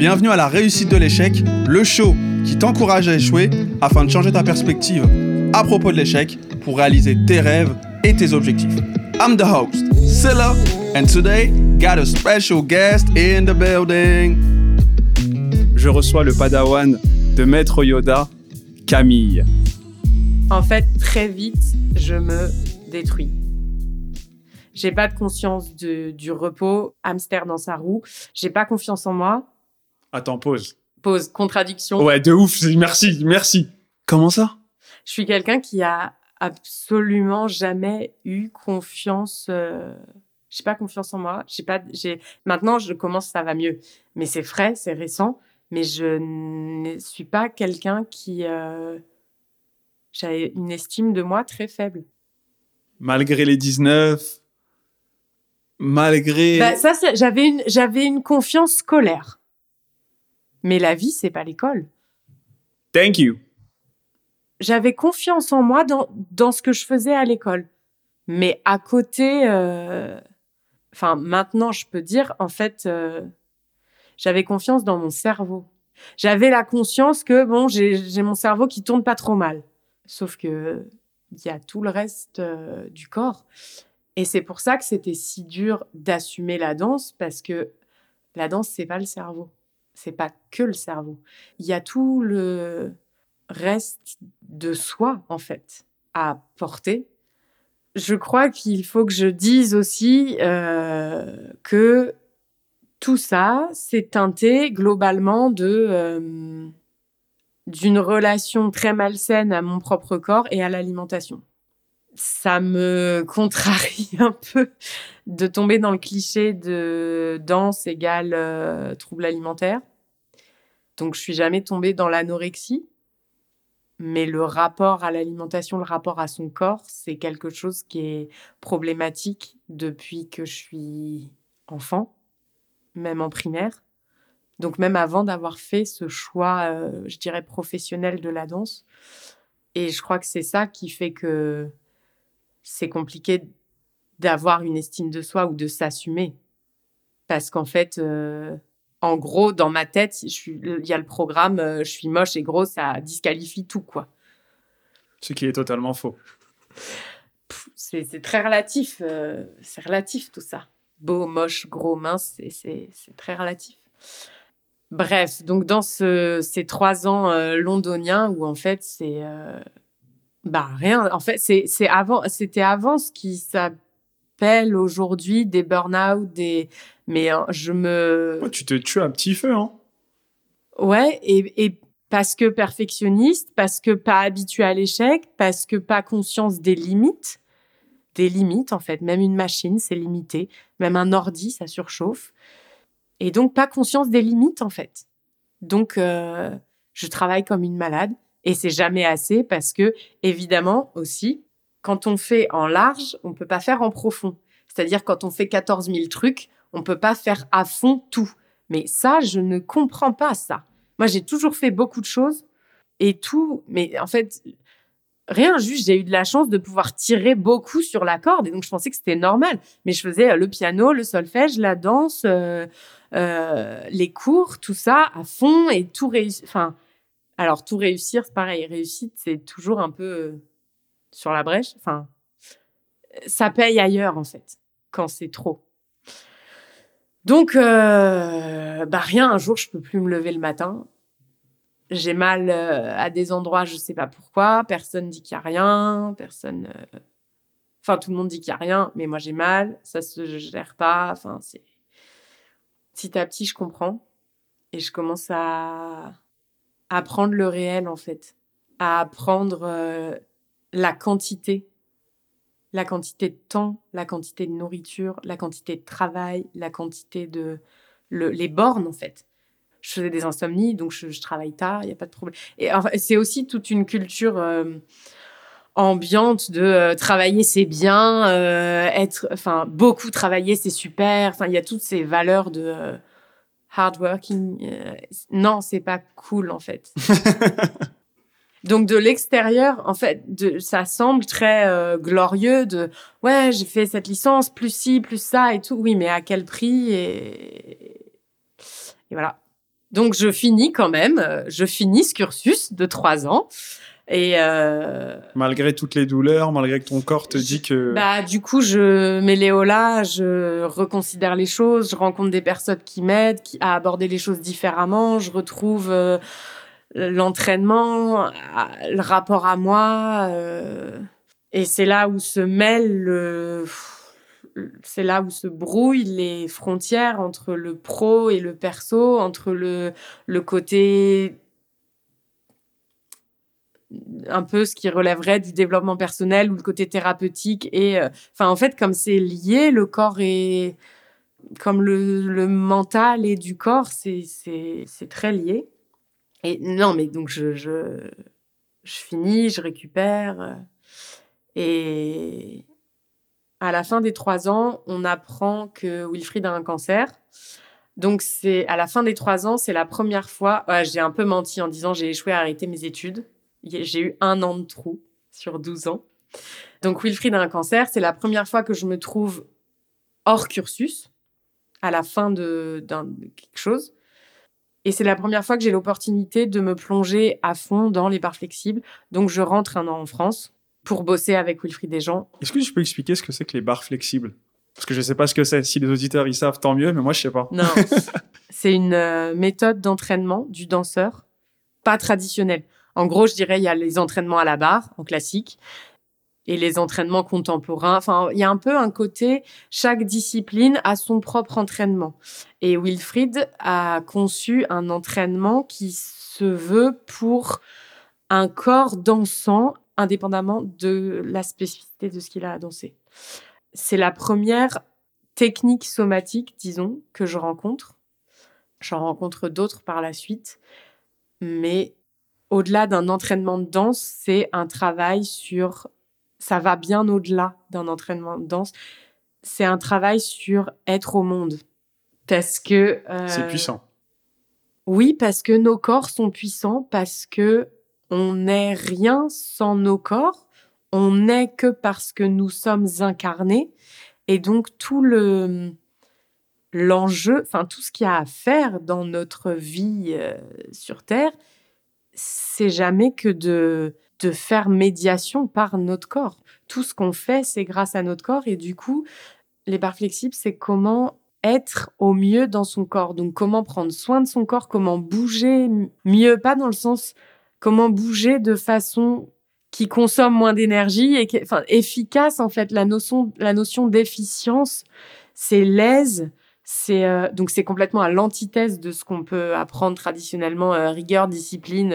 Bienvenue à la réussite de l'échec, le show qui t'encourage à échouer afin de changer ta perspective à propos de l'échec pour réaliser tes rêves et tes objectifs. I'm the host, Silla, and today, got a special guest in the building. Je reçois le padawan de Maître Yoda, Camille. En fait, très vite, je me détruis. J'ai pas de conscience du repos, hamster dans sa roue. J'ai pas confiance en moi. Attends, pause. Pause, contradiction. Ouais, de ouf, merci. Comment ça? Je suis quelqu'un qui a absolument jamais eu confiance. J'ai pas confiance en moi. Maintenant, ça va mieux. Mais c'est frais, c'est récent. Mais je ne suis pas quelqu'un qui... J'ai une estime de moi très faible. Malgré les 19, malgré... J'avais une confiance scolaire. Mais la vie, c'est pas l'école. Thank you. J'avais confiance en moi dans ce que je faisais à l'école. Mais à côté... maintenant, je peux dire, en fait, j'avais confiance dans mon cerveau. J'avais la conscience que, j'ai mon cerveau qui tourne pas trop mal. Sauf que il y a tout le reste du corps. Et c'est pour ça que c'était si dur d'assumer la danse, parce que la danse, c'est pas le cerveau. C'est pas que le cerveau. Il y a tout le reste de soi, en fait, à porter. Je crois qu'il faut que je dise aussi que tout ça, c'est teinté globalement d'une relation très malsaine à mon propre corps et à l'alimentation. Ça me contrarie un peu de tomber dans le cliché de danse égale trouble alimentaire. Donc, je suis jamais tombée dans l'anorexie. Mais le rapport à l'alimentation, le rapport à son corps, c'est quelque chose qui est problématique depuis que je suis enfant, même en primaire. Donc, même avant d'avoir fait ce choix, je dirais, professionnel de la danse. Et je crois que c'est ça qui fait que c'est compliqué d'avoir une estime de soi ou de s'assumer. Parce qu'en fait, en gros, dans ma tête, il y a le programme je suis moche et gros, ça disqualifie tout, quoi. Ce qui est totalement faux. C'est très relatif. C'est relatif, tout ça. Beau, moche, gros, mince, c'est très relatif. Bref, donc dans ces 3 ans londoniens où, en fait, c'est... rien. En fait, c'était avant ce qui s'appelle aujourd'hui des burn-out, mais Ouais, tu te tues un petit feu, hein. Ouais, et parce que perfectionniste, parce que pas habitué à l'échec, parce que pas conscience des limites. Des limites, en fait. Même une machine, c'est limité. Même un ordi, ça surchauffe. Et donc, pas conscience des limites, en fait. Donc, je travaille comme une malade. Et c'est jamais assez parce que, évidemment, aussi, quand on fait en large, on peut pas faire en profond. C'est-à-dire, quand on fait 14 000 trucs, on peut pas faire à fond tout. Mais ça, je ne comprends pas ça. Moi, j'ai toujours fait beaucoup de choses et tout. Mais en fait, rien, juste, j'ai eu de la chance de pouvoir tirer beaucoup sur la corde. Et donc, je pensais que c'était normal. Mais je faisais le piano, le solfège, la danse, les cours, tout ça à fond et tout réussir. Enfin, alors, tout réussir, c'est pareil. Réussite, c'est toujours un peu sur la brèche. Enfin, ça paye ailleurs, en fait, quand c'est trop. Donc, rien, un jour, je peux plus me lever le matin. J'ai mal à des endroits, je sais pas pourquoi. Personne dit qu'il y a rien. Tout le monde dit qu'il y a rien, mais moi, j'ai mal. Ça se gère pas. Petit à petit, je comprends. Et je commence à apprendre le réel, en fait. À apprendre la quantité. La quantité de temps, la quantité de nourriture, la quantité de travail, la quantité les bornes, en fait. Je faisais des insomnies, donc je travaille tard, il n'y a pas de problème. Et enfin, c'est aussi toute une culture ambiante de travailler, c'est bien, beaucoup travailler, c'est super. Enfin, il y a toutes ces valeurs de hard working. Non, c'est pas cool, en fait. Donc, de l'extérieur, en fait, ça semble très glorieux ouais, j'ai fait cette licence, plus ci, plus ça et tout. Oui, mais à quel prix et voilà. Donc, je finis quand même. Je finis ce cursus de 3 ans. Et malgré toutes les douleurs, malgré que ton corps te dit que... du coup, je mets les hauts là, je reconsidère les choses, je rencontre des personnes qui m'aident à aborder les choses différemment, je retrouve l'entraînement, le rapport à moi, et c'est là où se mêle c'est là où se brouillent les frontières entre le pro et le perso, entre le côté un peu ce qui relèverait du développement personnel ou le côté thérapeutique. Et en fait, comme c'est lié, le corps est comme le mental et du corps, c'est très lié. Et non, mais donc je finis, je récupère. Et à la fin des 3 ans, on apprend que Wilfried a un cancer. Donc, à la fin des 3 ans, c'est la première fois... Ouais, j'ai un peu menti en disant j'ai échoué à arrêter mes études. J'ai eu 1 an de trou sur 12 ans. Donc, Wilfried a un cancer. C'est la première fois que je me trouve hors cursus, à la fin de quelque chose. Et c'est la première fois que j'ai l'opportunité de me plonger à fond dans les barres flexibles. Donc, je rentre 1 an en France pour bosser avec Wilfried Desjans. Est-ce que tu peux expliquer ce que c'est que les barres flexibles ? Parce que je ne sais pas ce que c'est. Si les auditeurs ils savent, tant mieux, mais moi, je ne sais pas. Non, c'est une méthode d'entraînement du danseur, pas traditionnelle. En gros, je dirais, il y a les entraînements à la barre, en classique, et les entraînements contemporains. Enfin, il y a un peu un côté, chaque discipline a son propre entraînement. Et Wilfried a conçu un entraînement qui se veut pour un corps dansant, indépendamment de la spécificité de ce qu'il a à danser. C'est la première technique somatique, disons, que je rencontre. J'en rencontre d'autres par la suite, mais au-delà d'un entraînement de danse, c'est un travail sur... Ça va bien au-delà d'un entraînement de danse. C'est un travail sur être au monde. Parce que... C'est puissant. Oui, parce que nos corps sont puissants, parce que on n'est rien sans nos corps. On n'est que parce que nous sommes incarnés. Et donc, tout l'enjeu, tout ce qu'il y a à faire dans notre vie sur Terre, c'est jamais que de faire médiation par notre corps. Tout ce qu'on fait, c'est grâce à notre corps. Et du coup, les barres flexibles, c'est comment être au mieux dans son corps. Donc, comment prendre soin de son corps, comment bouger mieux, pas dans le sens comment bouger de façon qui consomme moins d'énergie et efficace, en fait. La notion d'efficience, c'est l'aise. Donc, c'est complètement à l'antithèse de ce qu'on peut apprendre traditionnellement, rigueur, discipline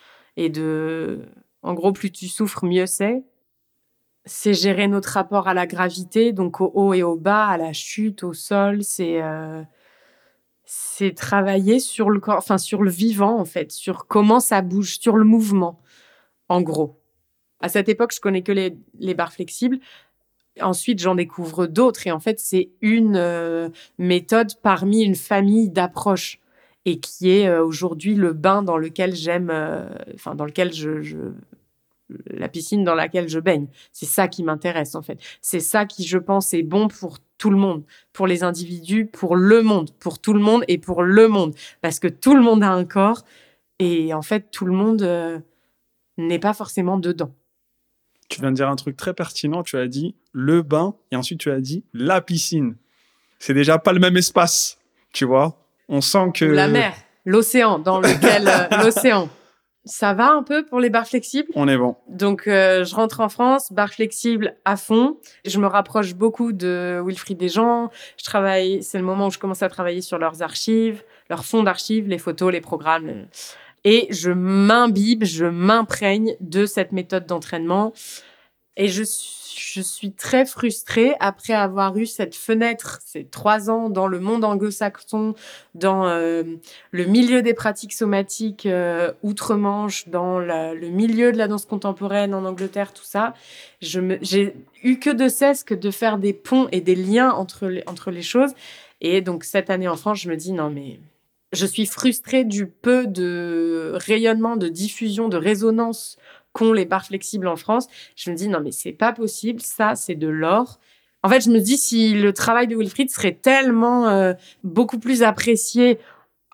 en gros, plus tu souffres, mieux c'est. C'est gérer notre rapport à la gravité, donc au haut et au bas, à la chute, au sol. C'est travailler sur le corps, sur le vivant, en fait, sur comment ça bouge, sur le mouvement, en gros. À cette époque, je connais que les barres flexibles. Ensuite, j'en découvre d'autres. Et en fait, c'est une méthode parmi une famille d'approches. Et qui est aujourd'hui le bain dans lequel j'aime... dans lequel la piscine dans laquelle je baigne. C'est ça qui m'intéresse, en fait. C'est ça qui, je pense, est bon pour tout le monde. Pour les individus, pour le monde. Pour tout le monde et pour le monde. Parce que tout le monde a un corps. Et en fait, tout le monde n'est pas forcément dedans. Tu viens de dire un truc très pertinent. Tu as dit le bain et ensuite tu as dit la piscine. C'est déjà pas le même espace, tu vois. On sent que... Ou la mer, l'océan, dans lequel... l'océan. Ça va un peu pour les barres flexibles. On est bon. Donc, je rentre en France, barres flexibles à fond. Je me rapproche beaucoup de Wilfried Desjans. C'est le moment où je commence à travailler sur leurs archives, leurs fonds d'archives, les photos, les programmes. Et je m'imbibe, je m'imprègne de cette méthode d'entraînement. Et je suis très frustrée après avoir eu cette fenêtre, ces 3 ans dans le monde anglo-saxon, dans le milieu des pratiques somatiques outre-Manche, dans le milieu de la danse contemporaine en Angleterre, tout ça. J'ai eu que de cesse que de faire des ponts et des liens entre les choses. Et donc, cette année en France, je me dis, non mais... Je suis frustrée du peu de rayonnement, de diffusion, de résonance qu'ont les barres flexibles en France. Je me dis, non, mais c'est pas possible. Ça, c'est de l'or. En fait, je me dis, si le travail de Wilfried serait tellement beaucoup plus apprécié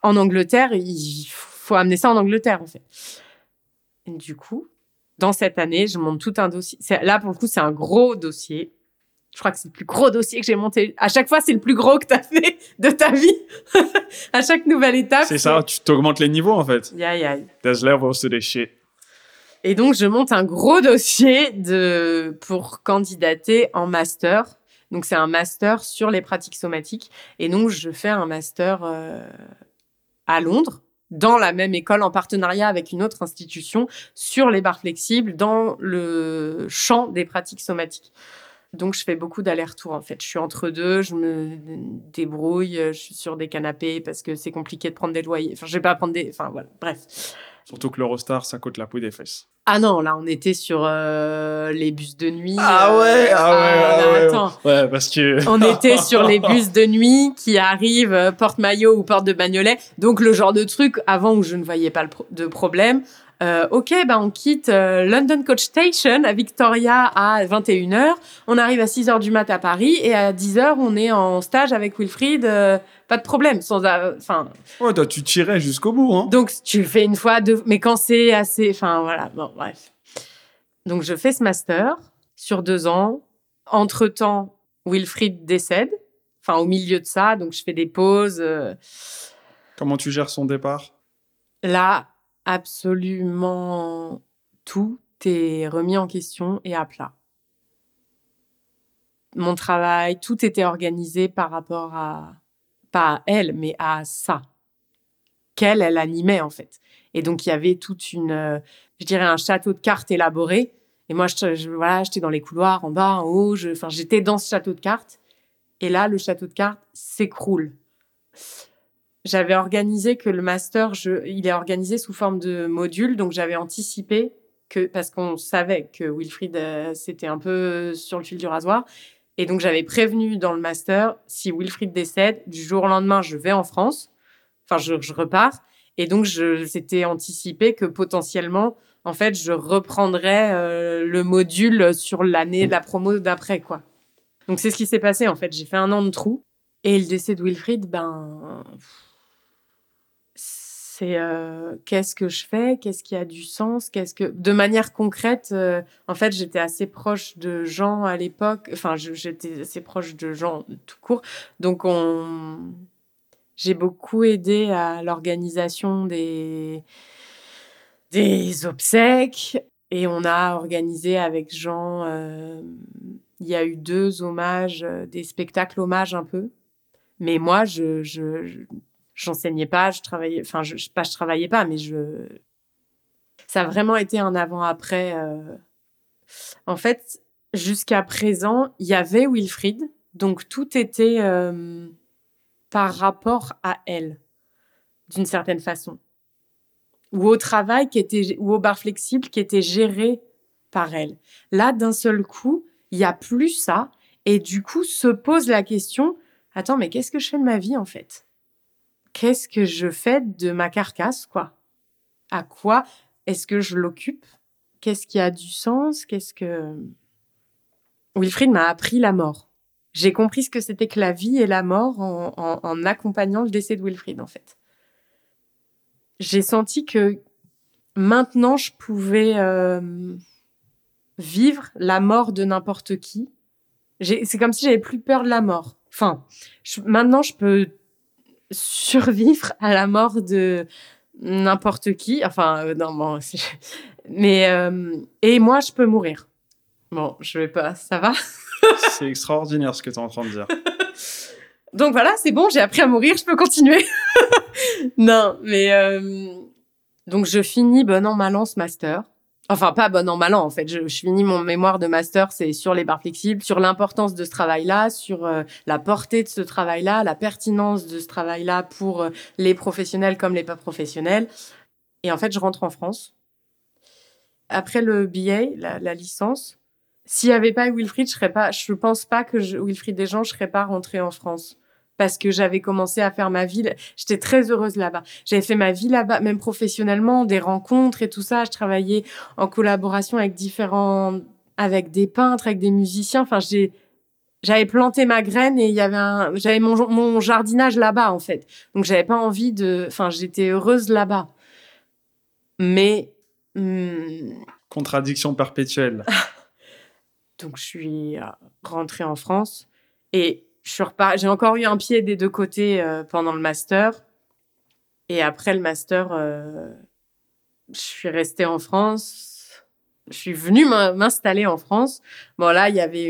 en Angleterre, il faut amener ça en Angleterre, en fait. Et du coup, dans cette année, je monte tout un dossier. Là, pour le coup, c'est un gros dossier. Je crois que c'est le plus gros dossier que j'ai monté. À chaque fois, c'est le plus gros que tu as fait de ta vie. À chaque nouvelle étape. C'est ça, tu t'augmentes les niveaux, en fait. Yeah. There's levels to this shit. Et donc, je monte un gros dossier pour candidater en master. Donc, c'est un master sur les pratiques somatiques. Et donc, je fais un master à Londres, dans la même école, en partenariat avec une autre institution, sur les barres flexibles, dans le champ des pratiques somatiques. Donc, je fais beaucoup d'allers-retours, en fait. Je suis entre deux, je me débrouille, je suis sur des canapés parce que c'est compliqué de prendre des loyers. Enfin, je vais pas prendre des... Enfin, voilà, bref. Surtout que l'Eurostar, ça coûte la peau des fesses. Ah non, là, on était sur les bus de nuit. Attends. Ouais, parce que... On était sur les bus de nuit qui arrivent porte Maillot ou porte de Bagnolet. Donc, le genre de truc, avant où je ne voyais pas de problème. On quitte London Coach Station à Victoria à 21h. On arrive à 6h du mat à Paris et à 10h, on est en stage avec Wilfried. Pas de problème. Ouais, toi, tu tirais jusqu'au bout, hein. Donc, tu fais une fois, deux... Mais quand c'est assez... Enfin, voilà. Bon, bref. Donc, je fais ce master sur 2 ans. Entre-temps, Wilfried décède. Enfin, au milieu de ça. Donc, je fais des pauses. Comment tu gères son départ? Là... Absolument tout est remis en question et à plat. Mon travail, tout était organisé par rapport à, pas à elle, mais à ça, qu'elle animait en fait. Et donc, il y avait toute une, je dirais un château de cartes élaboré. Et moi, j'étais dans les couloirs, en bas, en haut, j'étais dans ce château de cartes. Et là, le château de cartes s'écroule. J'avais organisé que le master, il est organisé sous forme de module, donc j'avais anticipé parce qu'on savait que Wilfried, c'était un peu sur le fil du rasoir, et donc j'avais prévenu dans le master, si Wilfried décède, du jour au lendemain, je vais en France, enfin je repars, et donc c'était anticipé que potentiellement, en fait, je reprendrais le module sur l'année de la promo d'après, quoi. Donc c'est ce qui s'est passé, en fait, j'ai fait 1 an de trou, et le décès de Wilfried, c'est qu'est-ce que je fais, qu'est-ce qui a du sens, de manière concrète, en fait, j'étais assez proche de Jean à l'époque, enfin, j'étais assez proche de Jean tout court, donc j'ai beaucoup aidé à l'organisation des obsèques, et on a organisé avec Jean, il y a eu 2 hommages, des spectacles hommages un peu, mais moi, j'enseignais pas, je travaillais pas, mais ça a vraiment été un avant-après. En fait, jusqu'à présent, il y avait Wilfried, donc tout était par rapport à elle, d'une certaine façon. Ou au travail ou au bar flexible qui était géré par elle. Là, d'un seul coup, il y a plus ça, et du coup, se pose la question, attends, mais qu'est-ce que je fais de ma vie, en fait ? Qu'est-ce que je fais de ma carcasse, quoi ? À quoi est-ce que je l'occupe ? Qu'est-ce qui a du sens ? Wilfried m'a appris la mort. J'ai compris ce que c'était que la vie et la mort en accompagnant le décès de Wilfried, en fait. J'ai senti que maintenant, je pouvais vivre la mort de n'importe qui. C'est comme si j'avais plus peur de la mort. Enfin, maintenant, je peux survivre à la mort de n'importe qui. Enfin, non, bon, mais et moi, je peux mourir. Bon, je vais pas. Ça va ? C'est extraordinaire ce que tu es en train de dire. Donc voilà, c'est bon, j'ai appris à mourir, je peux continuer. Non, mais donc je finis bon an mal an ce master. Enfin, pas bon an mal an, en fait. Je finis mon mémoire de master, c'est sur les barres flexibles, sur l'importance de ce travail-là, sur la portée de ce travail-là, la pertinence de ce travail-là pour les professionnels comme les pas professionnels. Et en fait, je rentre en France. Après le BA, la licence, s'il n'y avait pas eu Wilfried, je pense pas que Wilfried Desjans, je serais pas rentrée en France. Parce que j'avais commencé à faire ma vie. J'étais très heureuse là-bas. J'avais fait ma vie là-bas, même professionnellement, des rencontres et tout ça. Je travaillais en collaboration avec des peintres, avec des musiciens. Enfin, j'avais planté ma graine et j'avais mon jardinage là-bas, en fait. Donc, j'avais pas envie j'étais heureuse là-bas. Mais, Contradiction perpétuelle. donc, je suis rentrée en France et j'ai encore eu un pied des deux côtés pendant le master. Et après le master, je suis restée en France. Je suis venue m'installer en France. Bon, là, il y avait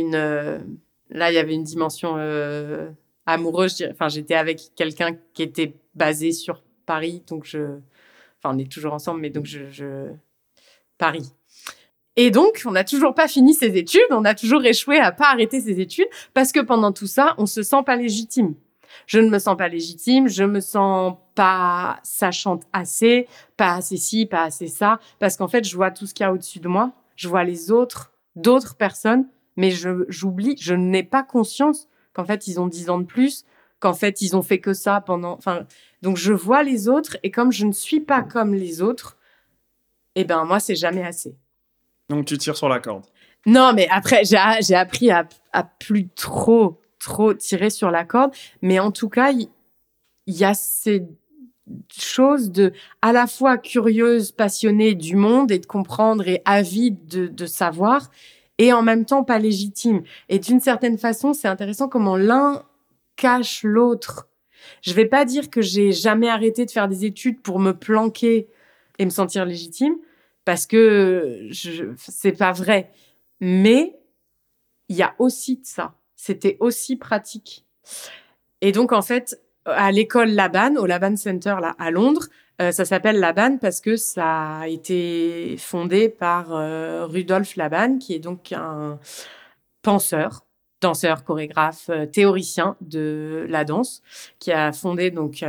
une dimension amoureuse. Je dirais. Enfin, j'étais avec quelqu'un qui était basé sur Paris. Donc, on est toujours ensemble, mais donc, Paris. Et donc, on n'a toujours pas fini ses études. On a toujours échoué à pas arrêter ses études parce que pendant tout ça, on se sent pas légitime. Je ne me sens pas légitime, je me sens pas sachante assez, pas assez ci, pas assez ça, parce qu'en fait, je vois tout ce qu'il y a au-dessus de moi, je vois d'autres personnes, mais j'oublie, je n'ai pas conscience qu'en fait, ils ont 10 ans de plus, qu'en fait, ils ont fait que ça donc je vois les autres, et comme je ne suis pas comme les autres, moi, c'est jamais assez. Donc, tu tires sur la corde. Non, mais après, j'ai appris à plus trop tirer sur la corde. Mais en tout cas, il y a ces choses à la fois curieuse, passionnée du monde et de comprendre et avide de savoir, et en même temps pas légitime. Et d'une certaine façon, c'est intéressant comment l'un cache l'autre. Je vais pas dire que j'ai jamais arrêté de faire des études pour me planquer et me sentir légitime, parce que c'est pas vrai. Mais il y a aussi de ça. C'était aussi pratique. Et donc, en fait, à l'école Laban, au Laban Center là, à Londres, ça s'appelle Laban parce que ça a été fondé par Rudolf Laban, qui est donc un penseur, danseur, chorégraphe, théoricien de la danse, qui a fondé donc...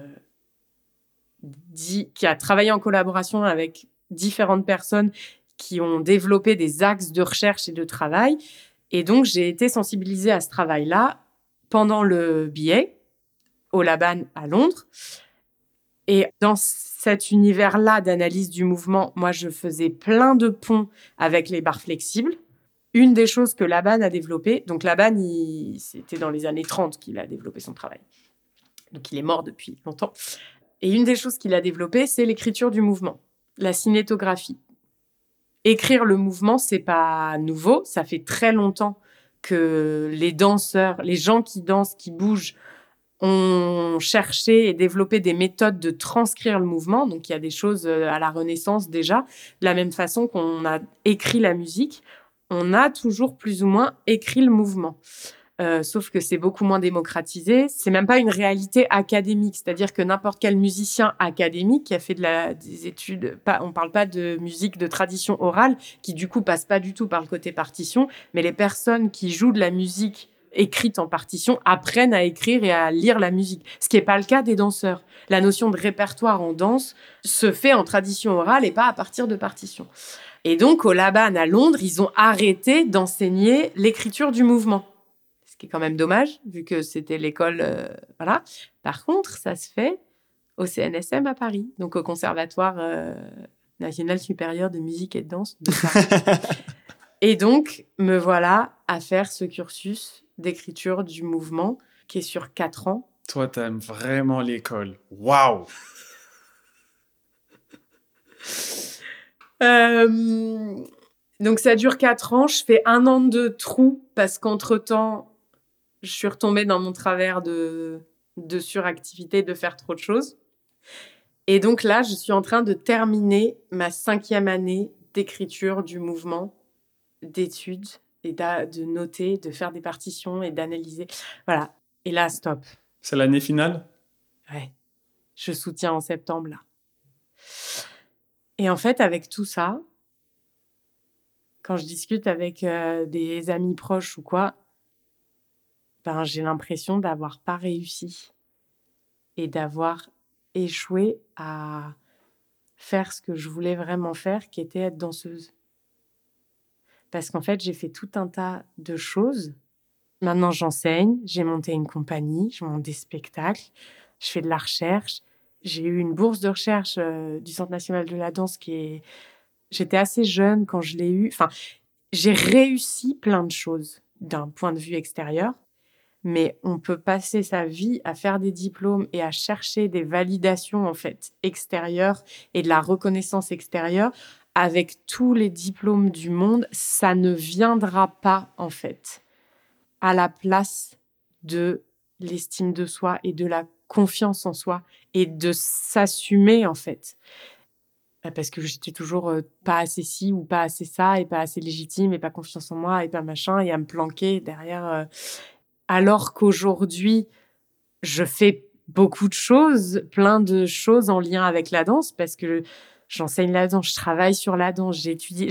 qui a travaillé en collaboration avec différentes personnes qui ont développé des axes de recherche et de travail. Et donc, j'ai été sensibilisée à ce travail-là pendant le BA au Laban à Londres. Et dans cet univers-là d'analyse du mouvement, moi, je faisais plein de ponts avec les barres flexibles. Une des choses que Laban a développé, donc Laban, c'était dans les années 30 qu'il a développé son travail. Donc, il est mort depuis longtemps. Et une des choses qu'il a développées, c'est l'écriture du mouvement, la cinétographie. Écrire le mouvement, c'est pas nouveau. Ça fait très longtemps que les danseurs, les gens qui dansent, qui bougent, ont cherché et développé des méthodes de transcrire le mouvement. Donc, il y a des choses à la Renaissance déjà. De la même façon qu'on a écrit la musique, on a toujours plus ou moins écrit le mouvement. Sauf que c'est beaucoup moins démocratisé. C'est même pas une réalité académique. C'est-à-dire que n'importe quel musicien académique qui a fait des études, on parle pas de musique de tradition orale, qui du coup passe pas du tout par le côté partition, mais les personnes qui jouent de la musique écrite en partition apprennent à écrire et à lire la musique. Ce qui est pas le cas des danseurs. La notion de répertoire en danse se fait en tradition orale et pas à partir de partition. Et donc, au Laban à Londres, ils ont arrêté d'enseigner l'écriture du mouvement. Ce qui est quand même dommage, vu que c'était l'école... voilà. Par contre, ça se fait au CNSM à Paris, donc au Conservatoire national supérieur de musique et de danse de Paris. Et donc, me voilà à faire ce cursus d'écriture du mouvement qui est sur 4 ans. Toi, t'aimes vraiment l'école. Waouh! Donc, ça dure 4 ans. Je fais 1 an de trou parce qu'entre-temps, je suis retombée dans mon travers de suractivité, de faire trop de choses. Et donc là, je suis en train de terminer ma 5e année d'écriture du mouvement, d'études, et de noter, de faire des partitions et d'analyser. Voilà. Et là, stop. C'est l'année finale? Ouais. Je soutiens en septembre, là. Et en fait, avec tout ça, quand je discute avec des amis proches ou quoi, j'ai l'impression d'avoir pas réussi et d'avoir échoué à faire ce que je voulais vraiment faire, qui était être danseuse. Parce qu'en fait, j'ai fait tout un tas de choses. Maintenant, j'enseigne, j'ai monté une compagnie, je monte des spectacles, je fais de la recherche. J'ai eu une bourse de recherche du Centre national de la danse J'étais assez jeune quand je l'ai eue. Enfin, j'ai réussi plein de choses. d'un point de vue extérieur. Mais on peut passer sa vie à faire des diplômes et à chercher des validations en fait extérieures et de la reconnaissance extérieure. Avec tous les diplômes du monde, ça ne viendra pas en fait à la place de l'estime de soi et de la confiance en soi et de s'assumer en fait. Parce que j'étais toujours pas assez ci ou pas assez ça et pas assez légitime et pas confiance en moi et pas machin et à me planquer derrière. Alors qu'aujourd'hui, je fais beaucoup de choses, plein de choses en lien avec la danse parce que j'enseigne la danse, je travaille sur la danse, j'étudie.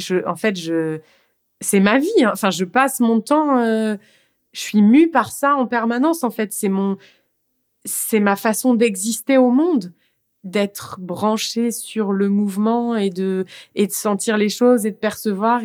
C'est ma vie. Hein. Enfin, je passe mon temps. Je suis mue par ça en permanence. En fait, c'est ma façon d'exister au monde, d'être branchée sur le mouvement et de sentir les choses et de percevoir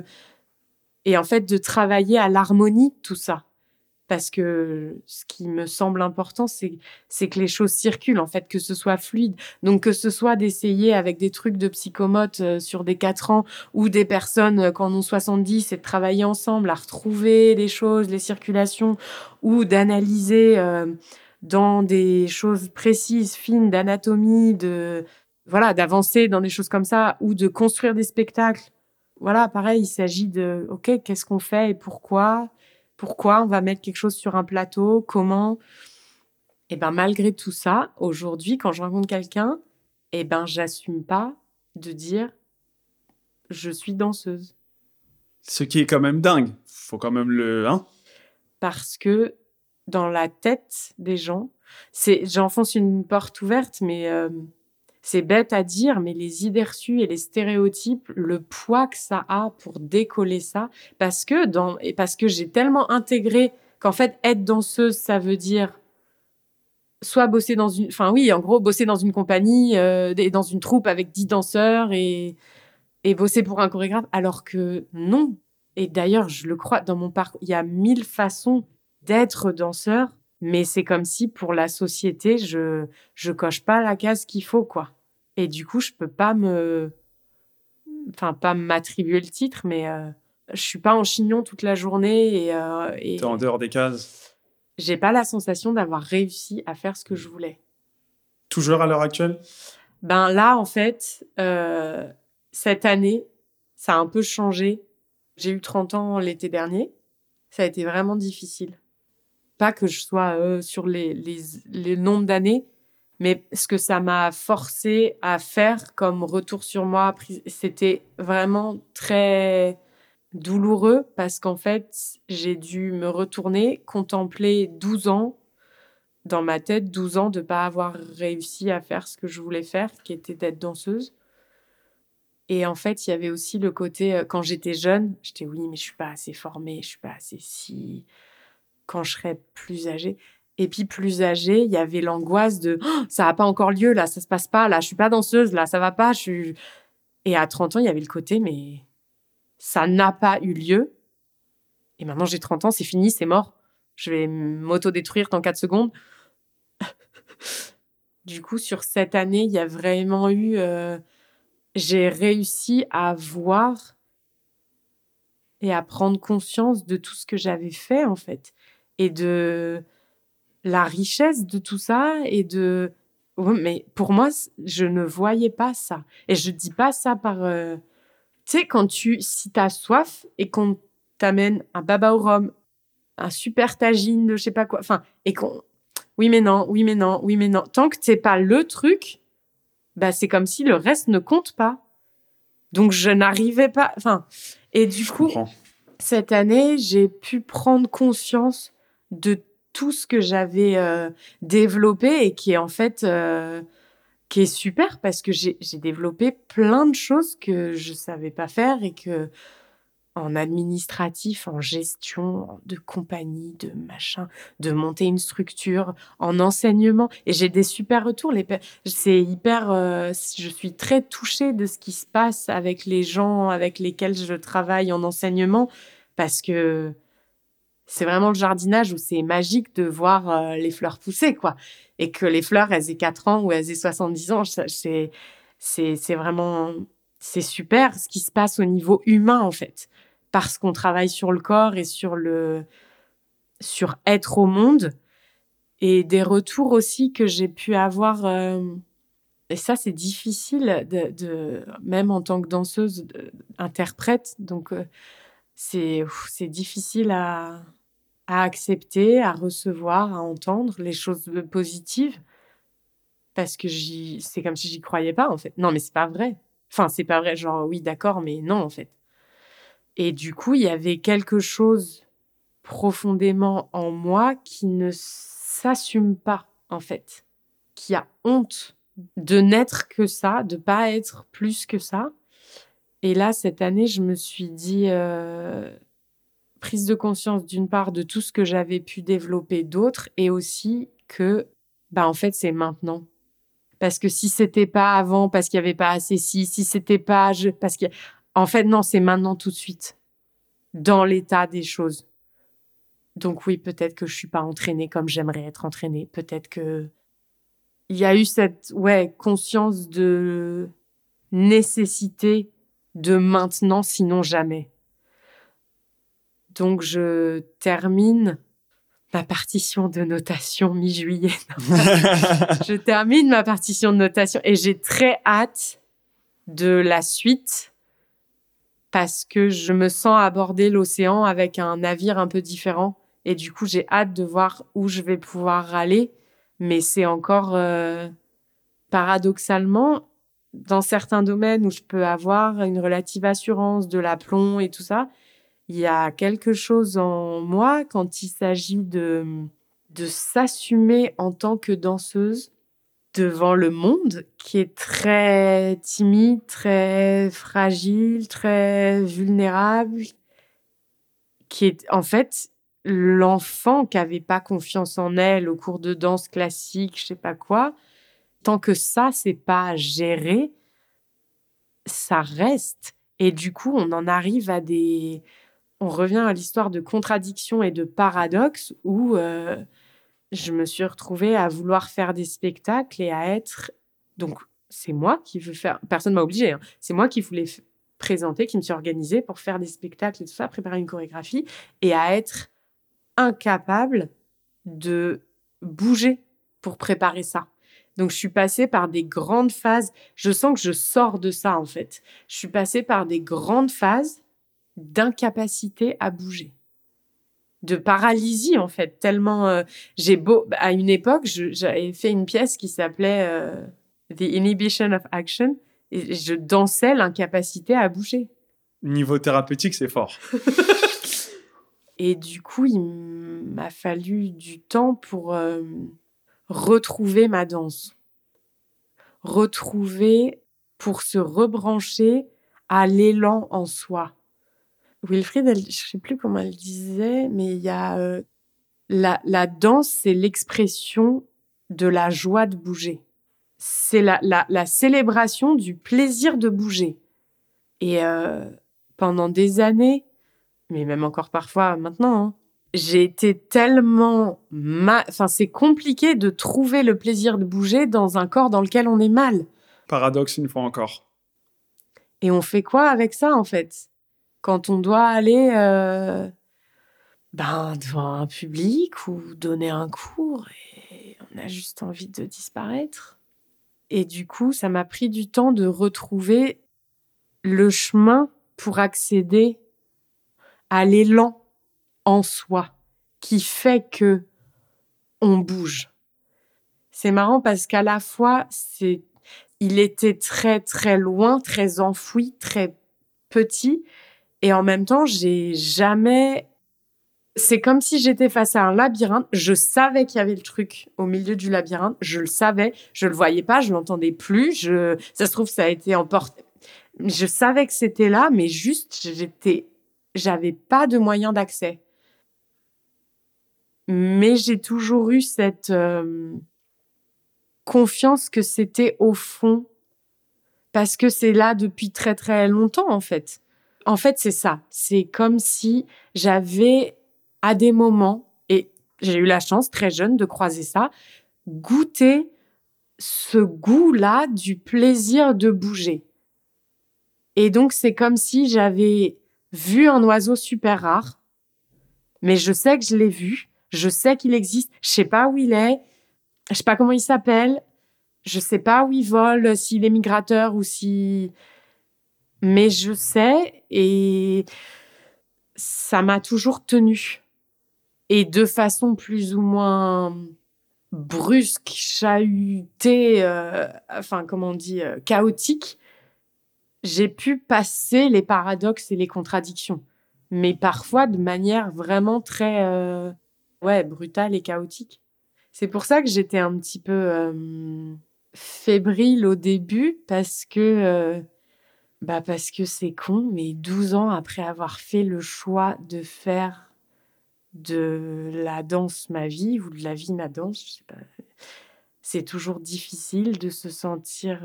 et en fait de travailler à l'harmonie de tout ça. Parce que ce qui me semble important, c'est que les choses circulent, en fait, que ce soit fluide. Donc, que ce soit d'essayer avec des trucs de psychomote sur des 4 ans ou des personnes qui en ont 70 et de travailler ensemble à retrouver les choses, les circulations ou d'analyser dans des choses précises, fines, d'anatomie, d'avancer dans des choses comme ça ou de construire des spectacles. Voilà, pareil, il s'agit de, OK, qu'est-ce qu'on fait et pourquoi on va mettre quelque chose sur un plateau, comment. Et ben malgré tout ça, aujourd'hui, quand je rencontre quelqu'un, et ben j'assume pas de dire je suis danseuse. Ce qui est quand même dingue. Faut quand même Parce que dans la tête des gens, j'enfonce une porte ouverte, mais c'est bête à dire, mais les idées reçues et les stéréotypes, le poids que ça a pour décoller ça, parce que j'ai tellement intégré qu'en fait, être danseuse, ça veut dire soit bosser bosser dans une compagnie, dans une troupe avec 10 danseurs et bosser pour un chorégraphe, alors que non. Et d'ailleurs, je le crois, dans mon parcours, il y a 1000 façons d'être danseur, mais c'est comme si pour la société, je coche pas la case qu'il faut, quoi. Et du coup, je peux pas pas m'attribuer le titre, mais je suis pas en chignon toute la journée et t'es en dehors des cases. J'ai pas la sensation d'avoir réussi à faire ce que je voulais. Toujours à l'heure actuelle? Ben là, en fait, cette année, ça a un peu changé. J'ai eu 30 ans l'été dernier. Ça a été vraiment difficile. Pas que je sois sur les nombres d'années, mais ce que ça m'a forcé à faire comme retour sur moi, c'était vraiment très douloureux parce qu'en fait, j'ai dû me retourner, contempler 12 ans dans ma tête, 12 ans de ne pas avoir réussi à faire ce que je voulais faire, qui était d'être danseuse. Et en fait, il y avait aussi le côté, quand j'étais jeune, j'étais oui, mais je suis pas assez formée, je suis pas assez si. Quand je serais plus âgée. Et puis plus âgée, il y avait l'angoisse de ça n'a pas encore lieu, là, ça se passe pas, là, je suis pas danseuse, là, ça va pas. Et à 30 ans, il y avait le côté, mais ça n'a pas eu lieu. Et maintenant, j'ai 30 ans, c'est fini, c'est mort. Je vais m'auto-détruire dans 4 secondes. Du coup, sur cette année, il y a vraiment eu... j'ai réussi à voir et à prendre conscience de tout ce que j'avais fait, en fait. Et de la richesse de tout ça et de... Ouais, mais pour moi, je ne voyais pas ça. Et je dis pas ça par... Tu sais, si t'as soif et qu'on t'amène un baba au rhum, un super tagine de je sais pas quoi, enfin, et qu'on... Oui, mais non, oui, mais non, oui, mais non. Tant que c'est pas le truc, bah, c'est comme si le reste ne compte pas. Donc, je n'arrivais pas... Enfin, et du coup, cette année, j'ai pu prendre conscience de tout ce que j'avais développé et qui est en fait... qui est super parce que j'ai développé plein de choses que je savais pas faire et que en administratif, en gestion de compagnie, de machin, de monter une structure, en enseignement. Et j'ai des super retours. C'est hyper... je suis très touchée de ce qui se passe avec les gens avec lesquels je travaille en enseignement parce que c'est vraiment le jardinage où c'est magique de voir les fleurs pousser, quoi. Et que les fleurs, elles aient 4 ans ou elles aient 70 ans, c'est vraiment... C'est super ce qui se passe au niveau humain, en fait. parce qu'on travaille sur le corps et sur être au monde. Et des retours aussi que j'ai pu avoir. Et ça, c'est difficile, même en tant que danseuse, interprète. Donc, c'est difficile à accepter, à recevoir, à entendre les choses positives. Parce que c'est comme si j'y croyais pas, en fait. Non, mais c'est pas vrai. Enfin, c'est pas vrai. Genre, oui, d'accord, mais non, en fait. Et du coup, il y avait quelque chose profondément en moi qui ne s'assume pas, en fait. Qui a honte de n'être que ça, de pas être plus que ça. Et là, cette année, je me suis dit, prise de conscience d'une part de tout ce que j'avais pu développer d'autre, et aussi que, en fait, c'est maintenant. Parce que si c'était pas avant, parce qu'il y avait pas assez si c'était pas, parce que, en fait, non, c'est maintenant tout de suite, dans l'état des choses. Donc oui, peut-être que je suis pas entraînée comme j'aimerais être entraînée. Peut-être que il y a eu cette conscience de nécessité de maintenant, sinon jamais. Donc je termine ma partition de notation mi-juillet. Je termine ma partition de notation et j'ai très hâte de la suite parce que je me sens aborder l'océan avec un navire un peu différent. Et du coup, j'ai hâte de voir où je vais pouvoir aller. Mais c'est encore, paradoxalement, dans certains domaines où je peux avoir une relative assurance, de l'aplomb et tout ça, il y a quelque chose en moi quand il s'agit de s'assumer en tant que danseuse devant le monde qui est très timide, très fragile, très vulnérable, qui est en fait l'enfant qui avait pas confiance en elle au cours de danse classique, je sais pas quoi. Tant que ça, c'est pas géré, ça reste. Et du coup, on en arrive à on revient à l'histoire de contradictions et de paradoxes où je me suis retrouvée à vouloir faire des spectacles et à être... Donc, c'est moi qui veux faire... Personne m'a obligée. Hein. C'est moi qui voulais présenter, qui me suis organisée pour faire des spectacles et tout ça, préparer une chorégraphie et à être incapable de bouger pour préparer ça. Donc, je suis passée par des grandes phases. Je sens que je sors de ça, en fait. Je suis passée par des grandes phases d'incapacité à bouger. De paralysie, en fait. Tellement... à une époque, j'avais fait une pièce qui s'appelait The Inhibition of Action et je dansais l'incapacité à bouger. Niveau thérapeutique, c'est fort. Et du coup, il m'a fallu du temps pour retrouver ma danse. Retrouver pour se rebrancher à l'élan en soi. Wilfried, je ne sais plus comment elle disait, mais il y a la danse, c'est l'expression de la joie de bouger. C'est la célébration du plaisir de bouger. Et pendant des années, mais même encore parfois maintenant, hein, j'ai été tellement... c'est compliqué de trouver le plaisir de bouger dans un corps dans lequel on est mal. Paradoxe une fois encore. Et on fait quoi avec ça, en fait ? Quand on doit aller devant un public ou donner un cours et on a juste envie de disparaître. Et du coup, ça m'a pris du temps de retrouver le chemin pour accéder à l'élan en soi qui fait que on bouge. C'est marrant parce qu'à la fois, il était très, très loin, très enfoui, très petit. Et en même temps, c'est comme si j'étais face à un labyrinthe. Je savais qu'il y avait le truc au milieu du labyrinthe. Je le savais. Je le voyais pas. Je l'entendais plus. Ça se trouve, ça a été emporté. Je savais que c'était là, mais juste, j'avais pas de moyen d'accès. Mais j'ai toujours eu cette confiance que c'était au fond. Parce que c'est là depuis très, très longtemps, en fait. En fait, c'est ça. C'est comme si j'avais, à des moments, et j'ai eu la chance, très jeune, de croiser ça, goûter ce goût-là du plaisir de bouger. Et donc, c'est comme si j'avais vu un oiseau super rare, mais je sais que je l'ai vu, je sais qu'il existe, je sais pas où il est, je sais pas comment il s'appelle, je sais pas où il vole, s'il est migrateur ou si... Mais je sais et ça m'a toujours tenue. Et de façon plus ou moins brusque, chahutée, comment on dit, chaotique, j'ai pu passer les paradoxes et les contradictions. Mais parfois de manière vraiment très brutale et chaotique. C'est pour ça que j'étais un petit peu fébrile au début parce que c'est con, mais 12 ans après avoir fait le choix de faire de la danse ma vie ou de la vie ma danse, je sais pas, c'est toujours difficile de se sentir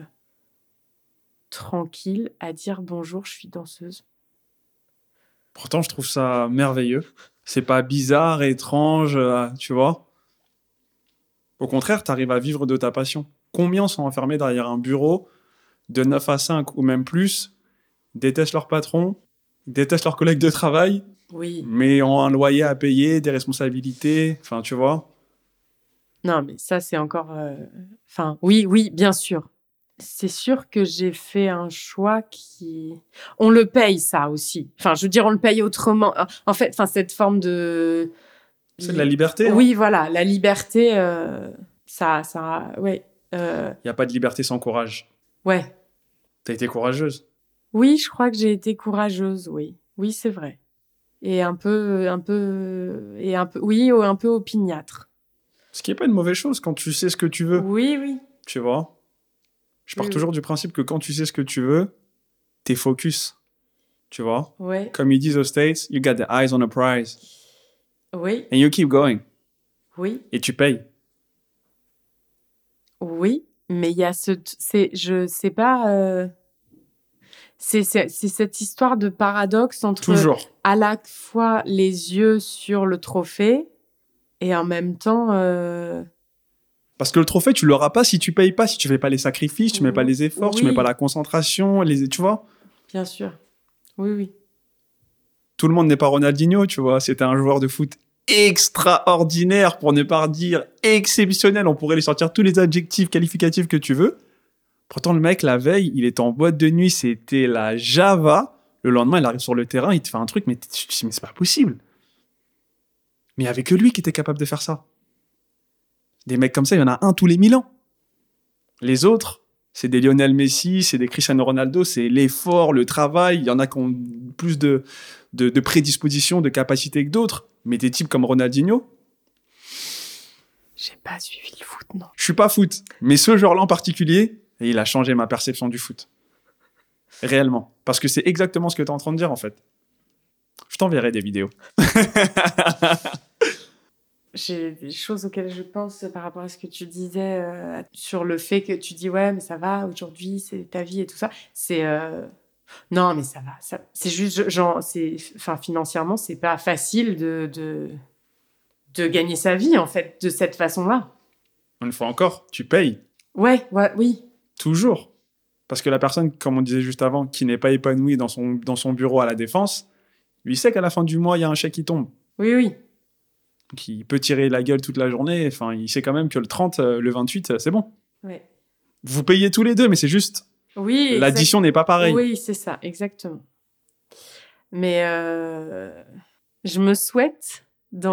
tranquille à dire bonjour, je suis danseuse. Pourtant, je trouve ça merveilleux. C'est pas bizarre, étrange, tu vois. Au contraire, tu arrives à vivre de ta passion. Combien sont enfermés derrière un bureau de 9 à 5 ou même plus, détestent leur patron, détestent leurs collègues de travail, Oui. mais ont un loyer à payer, des responsabilités, enfin, tu vois. Non, mais ça, c'est encore... oui, bien sûr. C'est sûr que j'ai fait un choix qui... On le paye, ça aussi. Enfin, je veux dire, on le paye autrement. En fait, cette forme de... C'est de la liberté. Oui, voilà, la liberté, ouais. Il n'y a pas de liberté sans courage. Ouais. T'as été courageuse. Oui, je crois que j'ai été courageuse, oui. Oui, c'est vrai. Et un peu opiniâtre. Ce qui n'est pas une mauvaise chose quand tu sais ce que tu veux. Oui, oui. Tu vois. Je pars toujours du principe que quand tu sais ce que tu veux, t'es focus. Tu vois. Ouais. Comme ils disent aux States, you got the eyes on a prize. Oui. And you keep going. Oui. Et tu payes. Oui, mais il y a je sais pas, c'est cette histoire de paradoxe entre Toujours. à la fois les yeux sur le trophée et en même temps... Parce que le trophée, tu l'auras pas si tu payes pas, si tu fais pas les sacrifices, tu mets pas les efforts, tu mets pas la concentration, tu vois. Bien sûr. Oui, oui. Tout le monde n'est pas Ronaldinho, tu vois. C'était un joueur de foot extraordinaire, pour ne pas dire exceptionnel. On pourrait lui sortir tous les adjectifs qualificatifs que tu veux. Pourtant, le mec, la veille, il était en boîte de nuit, c'était la Java. Le lendemain, il arrive sur le terrain, il te fait un truc, mais tu te dis, mais c'est pas possible. Mais il n'y avait que lui qui était capable de faire ça. Des mecs comme ça, il y en a un tous les 1000 ans. Les autres, c'est des Lionel Messi, c'est des Cristiano Ronaldo, c'est l'effort, le travail. Il y en a qui ont plus de prédisposition, de capacité que d'autres. Mais des types comme Ronaldinho... J'ai pas suivi le foot, non. Je suis pas foot. Mais ce genre-là en particulier, il a changé ma perception du foot. Réellement. Parce que c'est exactement ce que tu es en train de dire, en fait. Je t'enverrai des vidéos. J'ai des choses auxquelles je pense par rapport à ce que tu disais sur le fait que tu dis ouais mais ça va aujourd'hui c'est ta vie et tout ça c'est non mais ça va c'est juste financièrement c'est pas facile de gagner sa vie en fait de cette façon-là. Une fois encore, tu payes. Ouais, oui. Toujours. Parce que la personne, comme on disait juste avant, qui n'est pas épanouie dans son bureau à la Défense, lui sait qu'à la fin du mois, il y a un chèque qui tombe. Oui. Qui peut tirer la gueule toute la journée. Enfin, il sait quand même que le 30, le 28, c'est bon. Ouais. Vous payez tous les deux, mais c'est juste... Oui, l'addition n'est pas pareille. Oui, c'est ça, exactement. Mais je me souhaite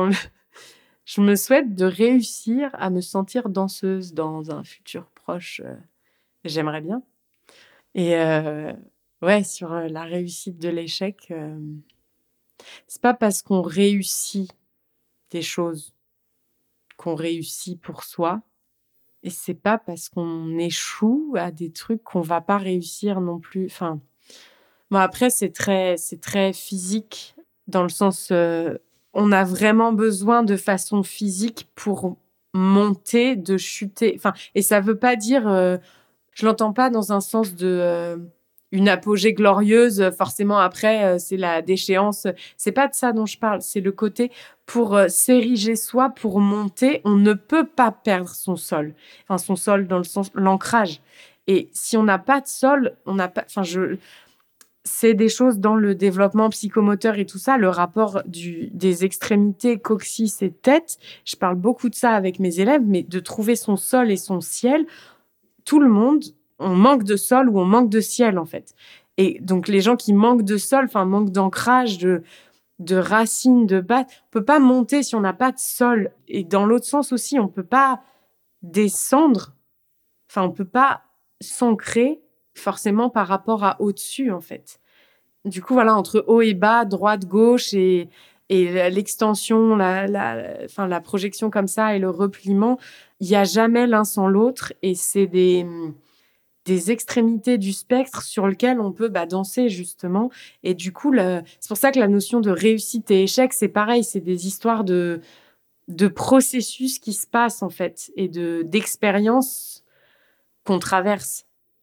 de réussir à me sentir danseuse dans un futur proche. J'aimerais bien. Et sur la réussite de l'échec, c'est pas parce qu'on réussit des choses qu'on réussit pour soi et c'est pas parce qu'on échoue à des trucs qu'on va pas réussir non plus. Enfin, bon après c'est très physique dans le sens on a vraiment besoin de façon physique pour monter, de chuter. Enfin, et ça veut pas dire je l'entends pas dans un sens de une apogée glorieuse, forcément après c'est la déchéance. C'est pas de ça dont je parle, c'est le côté pour s'ériger soi, pour monter, on ne peut pas perdre son sol. Enfin son sol dans le sens l'ancrage. Et si on n'a pas de sol, on n'a pas c'est des choses dans le développement psychomoteur et tout ça, le rapport des extrémités coccyx et tête. Je parle beaucoup de ça avec mes élèves, mais de trouver son sol et son ciel. Tout le monde, on manque de sol ou on manque de ciel, en fait. Et donc, les gens qui manquent de sol, manquent d'ancrage, de racines, de base, on peut pas monter si on n'a pas de sol. Et dans l'autre sens aussi, on peut pas descendre, on peut pas s'ancrer forcément par rapport à au-dessus, en fait. Du coup, voilà, entre haut et bas, droite, gauche et l'extension, la projection comme ça et le repliement, il n'y a jamais l'un sans l'autre et c'est des extrémités du spectre sur lesquelles on peut danser, justement. Et du coup, c'est pour ça que la notion de réussite et échec, c'est pareil, c'est des histoires de processus qui se passent, en fait, et d'expériences qu'on traverse.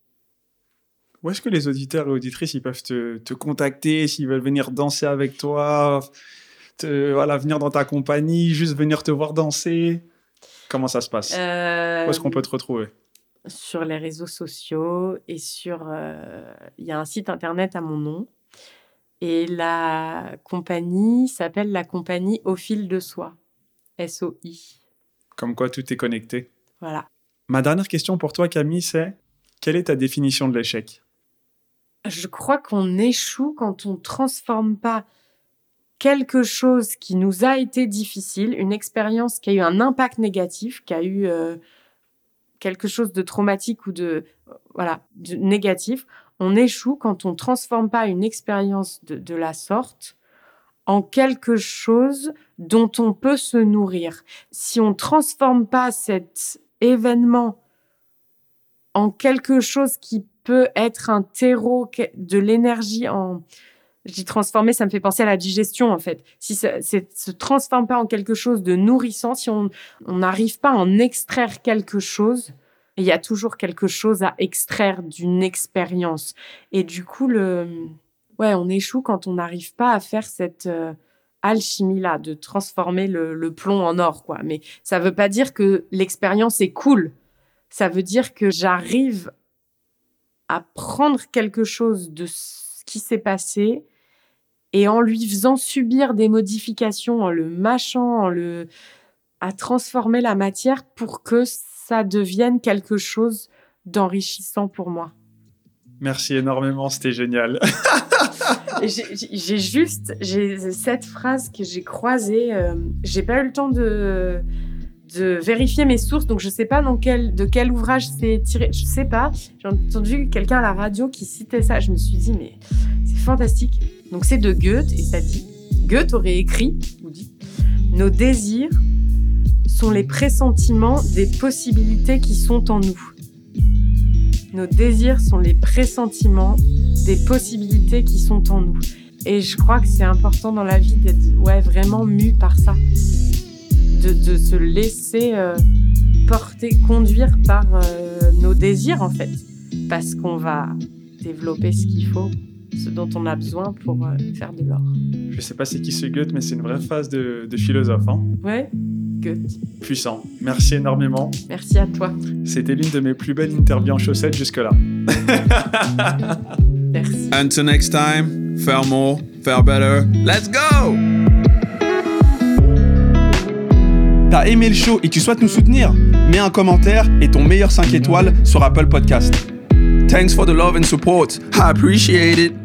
Où est-ce que les auditeurs et auditrices ils peuvent te contacter s'ils veulent venir danser avec toi, venir dans ta compagnie, juste venir te voir danser? Comment ça se passe? Où est-ce qu'on peut te retrouver? Sur les réseaux sociaux et il y a un site internet à mon nom. Et la compagnie s'appelle la compagnie Au Fil de Soi. SOI. Comme quoi tout est connecté. Voilà. Ma dernière question pour toi, Camille, c'est quelle est ta définition de l'échec? Je crois qu'on échoue quand on ne transforme pas quelque chose qui nous a été difficile, une expérience qui a eu un impact négatif, qui a eu quelque chose de traumatique ou de négatif. On échoue quand on ne transforme pas une expérience de la sorte en quelque chose dont on peut se nourrir. Si on ne transforme pas cet événement en quelque chose qui peut être un terreau de l'énergie je dis transformer, ça me fait penser à la digestion, en fait. Si ça se transforme pas en quelque chose de nourrissant, si on n'arrive pas à en extraire quelque chose, il y a toujours quelque chose à extraire d'une expérience. Et du coup, on échoue quand on n'arrive pas à faire cette alchimie-là, de transformer le plomb en or, quoi. Mais ça veut pas dire que l'expérience est cool. Ça veut dire que j'arrive à prendre quelque chose de ce qui s'est passé et en lui faisant subir des modifications, en le mâchant, à transformer la matière pour que ça devienne quelque chose d'enrichissant pour moi. Merci énormément, c'était génial. J'ai cette phrase que j'ai croisée. J'ai pas eu le temps de vérifier mes sources, donc je sais pas de quel ouvrage c'est tiré, je sais pas. J'ai entendu quelqu'un à la radio qui citait ça, je me suis dit mais c'est fantastique. Donc c'est de Goethe et ça dit, Goethe aurait écrit ou dit, nos désirs sont les pressentiments des possibilités qui sont en nous. Nos désirs sont les pressentiments des possibilités qui sont en nous. Et je crois que c'est important dans la vie d'être vraiment mu par ça. De se laisser conduire par nos désirs, en fait. Parce qu'on va développer ce qu'il faut, ce dont on a besoin pour faire de l'or. Je sais pas c'est qui ce Goethe, mais c'est une vraie phrase de philosophe. Hein. Ouais, Goethe. Puissant. Merci énormément. Merci à toi. C'était l'une de mes plus belles interviews en chaussettes jusque-là. Merci. Until next time, faire more, faire better. Let's go! T'as aimé le show et tu souhaites nous soutenir? Mets un commentaire et ton meilleur 5 étoiles sur Apple Podcast. Thanks for the love and support. I appreciate it.